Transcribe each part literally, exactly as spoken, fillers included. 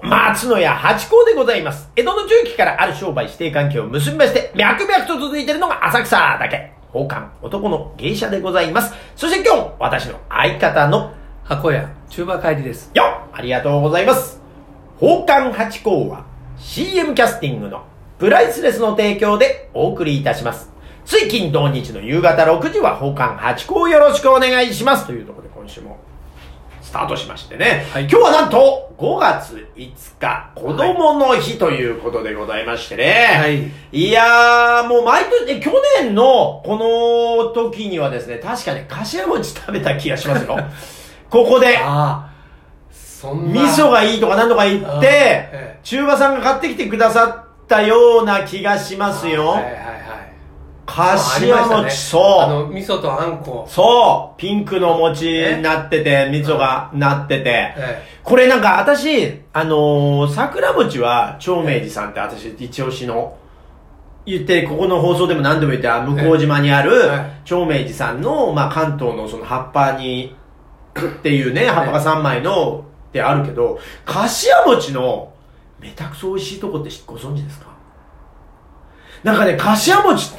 松野屋八甲でございます。江戸の中期からある商売指定関係を結びまして、脈々と続いているのが浅草だけ。宝冠男の芸者でございます。そして今日、私の相方の箱屋中馬帰りです。 よっありがとうございます。宝冠八甲は シーエム キャスティングのプライスレスの提供でお送りいたします。つい金土日の夕方ろくじは宝冠八甲よろしくお願いします。というところで今週もスタートしましてね、はい、今日はなんとごがついつか子供の日ということでございましてね、はい、いやーもう毎年去年のこの時にはですね、確かねかしわ餅食べた気がしますよここであそんな味噌がいいとか何とか言って、ええ、中馬さんが買ってきてくださったような気がしますよ。はいはいはい。かしわ餅、そう。 あの、味噌とあんこ。 そう。ピンクの餅になってて、味噌がなってて。ええ、これなんか私、あのー、桜餅は長明寺さんって私一押しの、言って、ここの放送でも何でも言って、向島にある長明寺さんの、まあ関東のその葉っぱに、っていうね、葉っぱがさんまいの、ってあるけど、かしわ餅のめたくそ美味しいとこってご存知ですか？なんかね、かしわ餅って、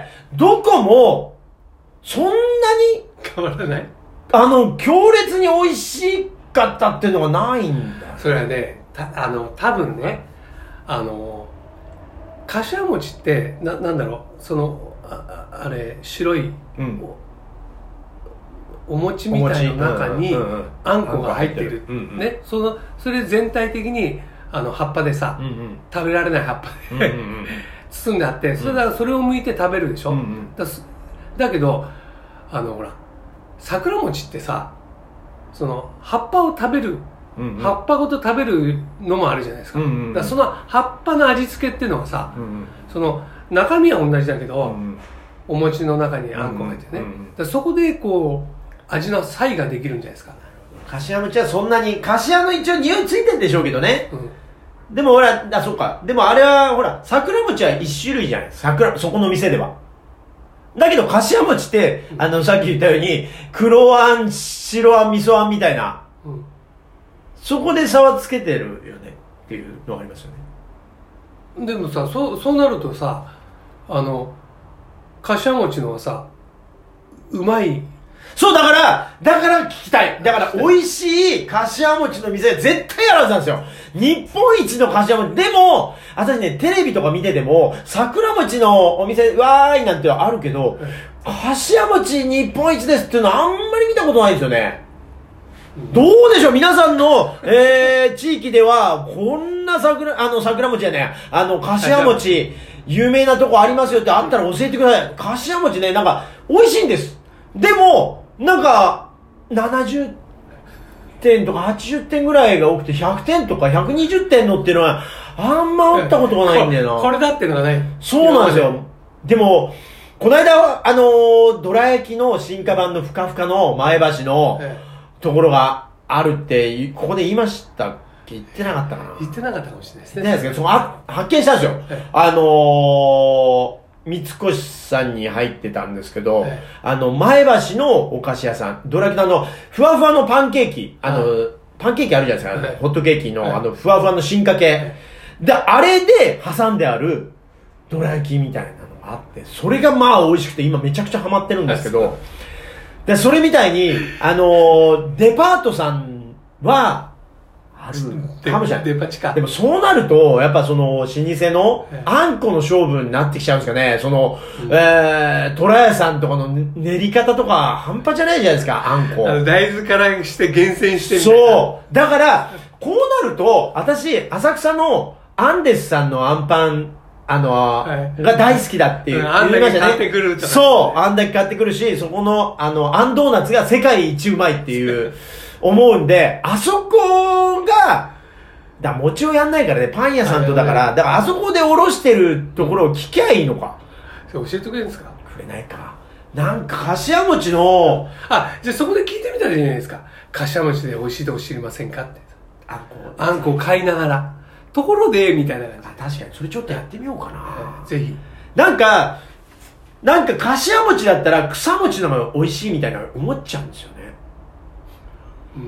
どこも、そんなに変わらない？ あの、強烈に美味しかったっていうのがないんだ。 それはね、たあの、多分ね、あの、かしわ餅って、な、なんだろう、その、あ、あれ、白い、うん、お餅みたいな中にあんこが入ってる、うんうん、ね、そのそれ全体的にあの葉っぱでさ、うんうん、食べられない葉っぱで、うんうん、包んであって、それだからそれを剥いて食べるでしょ、うんうん、だ, だけどあのほら桜餅ってさ、その葉っぱを食べる、うんうん、葉っぱごと食べるのもあるじゃないですか、うんうん、だからその葉っぱの味付けっていうのはさ、うんうん、その中身は同じだけど、うんうん、お餅の中にあんこが入ってね、うんうん、だそこでこう味の差異ができるんじゃないですか。 かしわ餅はそんなに、かしわの一応匂いついてるんでしょうけどね。うん、でもほら、あ、そうか。でもあれはほら、桜餅は一種類じゃない。桜、そこの店では。だけど、かしわ餅って、うん、あの、さっき言ったように、黒あん、白あん、味噌あんみたいな。うん、そこで差はつけてるよね。っていうのがありますよね。でもさ、そう、そうなるとさ、あの、かしわ餅のはさ、うまい、 そう、だから、だから聞きたい。だから、美味しいかしわ餅の店絶対あるはずなんですよ。日本一のかしわ餅。でも、私ね、テレビとか見てても、桜餅のお店、わーいなんてあるけど、かしわ餅日本一ですっていうのはあんまり見たことないんですよね。どうでしょう皆さんの、えー、地域では、こんな桜、あの、桜餅やね、あの、かしわ餅、有名なとこありますよってあったら教えてください。かしわ餅ね、なんか、美味しいんです。でも、なんか、ななじゅってんとかはちじゅってんぐらいが多くて、ひゃくてんとかひゃくにじゅってんのっていうのは、あんまあったことがないんだよな。 こ, これだっていうのがない。 そうなんですよ。でも、この間、あのー、どら焼きの進化版のふかふかの前橋のところがあるって、ここで言いましたっけ？言ってなかったかな？ 言ってなかったかもしれないですね。 言ってないですけど、そのあ発見したんですよ。あのー、三越さんに入ってたんですけど、はい、あの、前橋のお菓子屋さん、ドラキュラのふわふわのパンケーキ、あの、はい、パンケーキあるじゃないですか、はい、ホットケーキの、はい、あの、ふわふわの進化系、はい、で、あれで挟んであるドラ焼きみたいなのがあって、それがまあ美味しくて、今めちゃくちゃハマってるんですけど、で、それみたいに、あの、デパートさんは、あるかもしれない。 デパ地下。 でもそうなると、やっぱその、老舗のあんこの勝負になってきちゃうんですかね。その、うん、えー、虎屋さんとかの練り方とか半端じゃないじゃないですか、あんこ。 あの大豆からして厳選してる。 そう。だから、こうなると、私、浅草のアンデスさんのあんパン、あの、はい、が大好きだっていう。 あんだけ買ってくるとか、ね。 そう。あんだけ買ってくるし、そこの、あの、あんドーナツが世界一うまいっていう。思うんで、あそこが、だ餅をやんないからね、パン屋さんとだから、だからあそこでおろしてるところを聞きゃいいのか。 教えてくれるんですか？ くれないか。なんか、かしわ餅の、 あ、じゃあそこで聞いてみたらいいじゃないですか。かしわ餅で美味しいとこ知りませんかって。あんこ。あんこを買いながら。ところで、みたいな感じ。 あ、確かに。それちょっとやってみようかな。 ぜひ。 なんか、なんか、かしわ餅だったら草餅の方が美味しいみたいな思っちゃうんですよね。 うん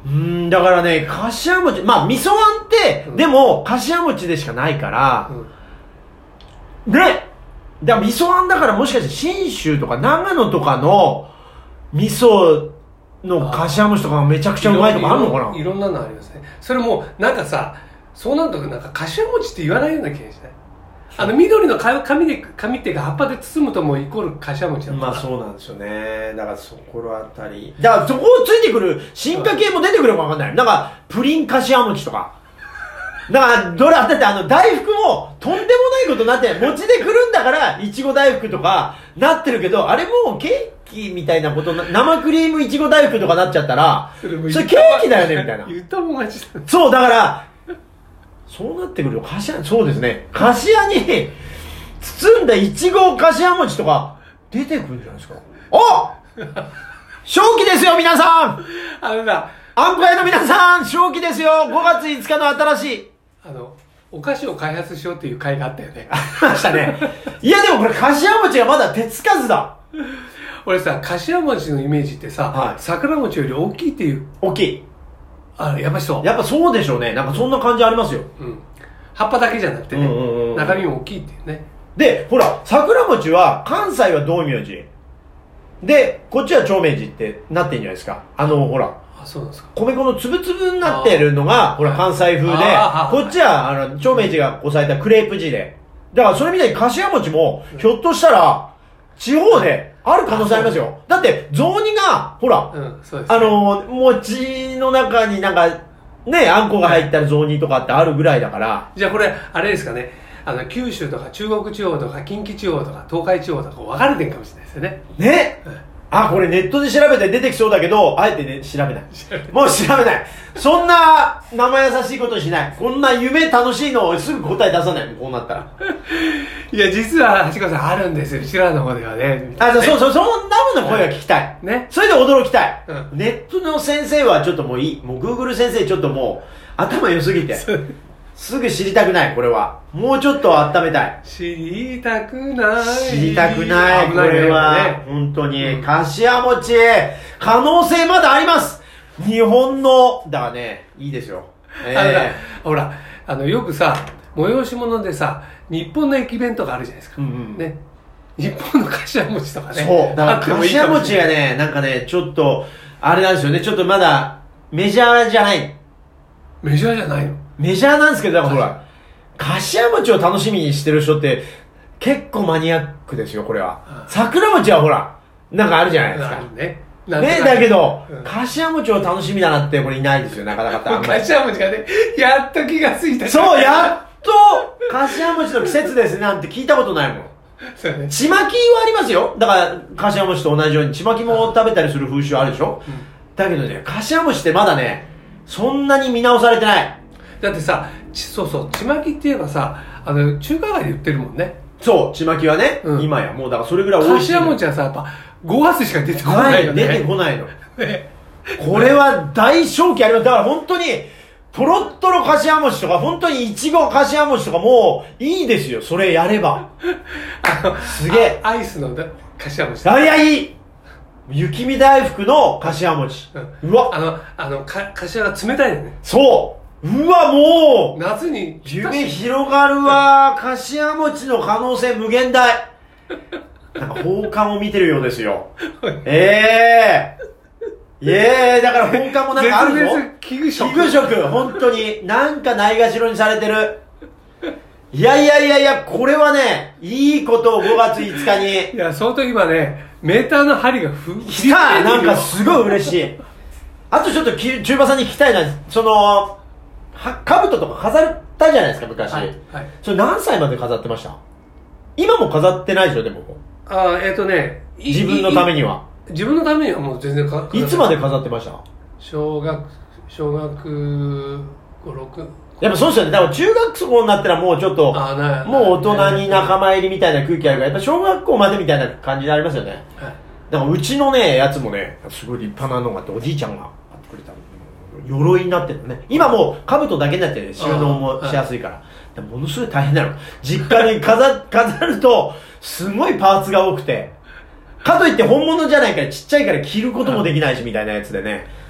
うーん、だからね、かしわ餅、まあ、味噌あんって、うん、でも、かしわ餅でしかないから、うん、ね、だから味噌あんだからもしかして信州とか長野とかの味噌のかしわ餅とかがめちゃくちゃうまいとかあるのかな。 いろんなのありますね。それもなんかさ、そうなるとなんかかしわ餅って言わないような気がしない。あの緑の紙で紙っていうか葉っぱで包むともうイコールかしわ餅だもん。 まあそうなんですよね。だからそこらあたり、だからそこをついてくる進化系も出てくるかわかんない。なんかプリンかしわ餅とか。だから、どれ、だってあの、大福も、とんでもないことになって、餅でくるんだから、いちご大福とか、なってるけど、あれもうケーキみたいなことな、生クリームいちご大福とかなっちゃったら、それケーキだよね、みたいな。 言ったもん勝ちだ。 そう、だから、そうなってくると、かしわ、そうですね、かしわに、包んだいちごかしわ餅とか、出てくるんじゃないですか。お正気ですよ、皆さんあのな、 アンパイの皆さん、正気ですよ、ごがついつかの新しい、 あの、お菓子を開発しようっていう会があったよね。 ありましたね。いやでもこれ、かしわ餅がまだ手つかずだ。 俺さ、かしわ餅のイメージってさ、はい、桜餅より大きいっていう。 大きい。 あ、やっぱそう。 やっぱそうでしょうね。なんかそんな感じありますよ。 うん。葉っぱだけじゃなくてね、うんうんうん、中身も大きいっていうね。 で、ほら、桜餅は、関西は道明寺。で、こっちは長明寺ってなってんじゃないですか。あの、ほら。 そうなんですか。 米粉のつぶつぶになってるのが、ほら、関西風で、こっちは、あの、長明寺が押さえたクレープ地で。だから、それみたいにかしわ餅も、ひょっとしたら、地方で、ある可能性ありますよ。だって、雑煮が、ほら、うんそうですね、あの、餅の中になんか、ね、あんこが入ったら雑煮とかってあるぐらいだから。 じゃあこれ、あれですかね、あの、九州とか中国地方とか近畿地方とか東海地方とか分かれてるかもしれないですよね。 ね、うん、あ、これネットで調べて出てきそうだけど、あえてね、調べない。もう調べない。そんな生優しいことしない。こんな夢楽しいのをすぐ答え出さない。こうなったら。 いや、実は、橋川さんあるんですよ。うちらの方ではね。 あ、そうそう、そんなもの声が聞きたい。ね。それで驚きたい。うん、ネットの先生はちょっともういい。もう Google 先生ちょっともう、頭良すぎて。すぐ知りたくない、これは。もうちょっと温めたい。 知りたくない。 知りたくない、これは。ね、本当に。うん、かしわ餅、可能性まだあります。日本の、だからね、いいですよ。 えー、ほら、あの、よくさ、催し物でさ、日本の駅弁とかあるじゃないですか。うんうん、ね。日本のかしわ餅とかね。 そう。だからかしわ餅がね、なんかね、ちょっと、あれなんですよね、ちょっとまだ、メジャーじゃない。 メジャーじゃないの？ メジャーなんですけど、だからほら、かしわ餅を楽しみにしてる人って、結構マニアックですよ、これは。桜餅はほら、なんかあるじゃないですか。ね。ね、だけど、うん、かしわ餅を楽しみだなって、これいないですよ、なかなか。 かしわ餅がね、やっと気がついた。 そう、やっと、かしわ餅の季節ですなんて聞いたことないもん。そうね。ちまきはありますよ。だから、かしわ餅と同じように、ちまきも食べたりする風習あるでしょ、うん、だけどね、かしわ餅ってまだね、そんなに見直されてない。 だってさ、そうそう、ちまきって言えばさ、あの、中華街で売ってるもんね。 そう、ちまきはね、うん、今や、もうだからそれぐらい美味しい。 かしわ餅はさ、やっぱ、ごがつしか出てこないよね。 出てこないの。ね、これは大正気あります。だから本当に、とろっとろかしわ餅とか、本当にいちごかしわ餅とかもう、いいですよ、それやれば。 あの、すげえ。アイスのかしわ餅。 あ、いや、いい雪見大福のかしわ餅。 うん、うわあの、あの、か、かしわが冷たいよね。 そううわ、もう夏に夢広がるわ。かしわ餅の可能性無限大。なんか放課を見てるようですよ。ええー。いえー、だから放課もなんかあるぞ。 危惧食。 危惧食、本当に。なんかないがしろにされてる。いやいやいやいや、これはね、いいことをごがついつかに。 いや、相当今ね、メーターの針がふ、 来たなんかすごい嬉しい。あとちょっと、中馬さんに聞きたいのは、その、は、兜とか飾ったじゃないですか、昔。はい。はい、それ何歳まで飾ってました？今も飾ってないでしょ、でも。 ああ、えっ、ー、とね、 自分のためには。 自分のためにはもう全然か、 いつまで飾ってました？ 小学、小学ご、ろく。 やっぱそうですよね。だから中学校になったらもうちょっと、もう大人に仲間入りみたいな空気あるから、やっぱ小学校までみたいな感じになりますよね。はい。だからうちのね、やつもね、すごい立派なのがあって、おじいちゃんが買ってくれた鎧になってるのね。今もう兜だけになってる、収納もしやすいから。でものすごい大変なの。実家に飾、飾ると、すごいパーツが多くて。かといって本物じゃないからちっちゃいから着ることもできないしみたいなやつでね。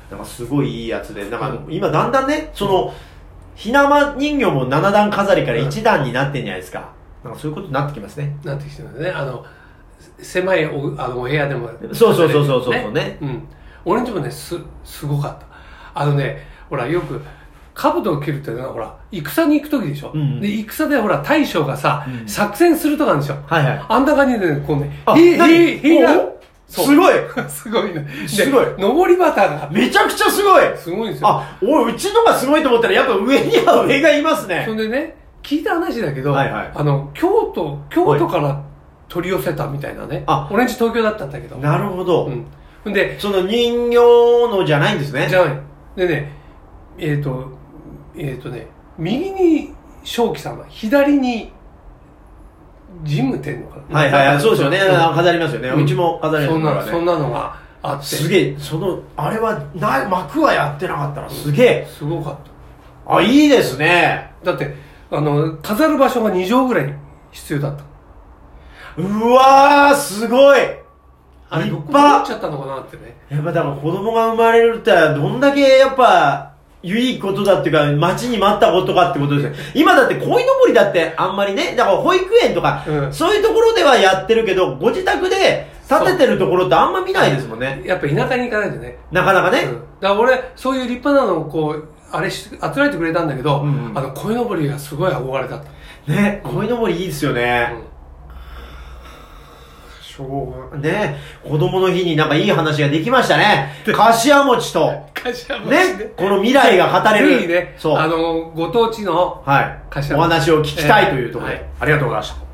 なんかすごいいいやつで、なんか今だんだんね、その、ひなま人形もななだん飾りからいちだんになってんじゃないですか。なんかそういうことになってきますね。 なってきてますね。あの、狭いおあのお部屋でも、ね。 そうそうそうそうそうね。 うん。俺んちもね、す、すごかった。あのね、ほら、よく、兜を切るっていうのは、ほら、戦に行くときでしょ。うんうん、で、戦でほら、大将がさ、うん、作戦するとかなんですよ。はいはい。あんな感じでね、こうね、へえ、へえ、が、 すごいすごいね。 すごい。 登り旗が。 めちゃくちゃすごいすごいんですよ。 あ、おい、うちのがすごいと思ったら、やっぱ上には上がいますね。 そんでね、聞いた話だけど、はいはい、あの、京都、京都から取り寄せたみたいなね。あ、俺んち東京だったんだけど。 なるほど。 うん。で、 その人形のじゃないんですね。 じゃない。でね、えっ、ー、と、えっ、ー、とね、右に正気様、左に神武天皇かな。 はいはいはい、そうですよね。飾りますよね。うん、うちも飾りますからね。そんな、そんなのがあって。 すげえ、その、あれは、な、幕はやってなかったらすげえ。 すごかった。 あ、いいですね。 だって、あの、飾る場所がに畳ぐらい必要だった。 うわー、すごい。 あれ、どこまで行っちゃったのかなってね。 やっぱだから子供が生まれるってどんだけやっぱ、いいことだっていうか、待ちに待ったことかってことですよ。今だって鯉のぼりだってあんまりね、だから保育園とか、うん、そういうところではやってるけど、ご自宅で立ててるところってあんま見ないですもんね。 やっぱ田舎に行かないとね。 なかなかね。 うん、だから俺、そういう立派なのをこう、あれし、あつらえてくれたんだけど、うんうん、あの、鯉のぼりがすごい憧れだった。 ね、鯉のぼりいいですよね。うんね、子供の日になんかいい話ができましたね。かしわ餅と、 かしわ餅ね、この未来が語れる。 ぜひね、そう。あの、ご当地の、 はい。お話を聞きたいというところで、はい、ありがとうございました。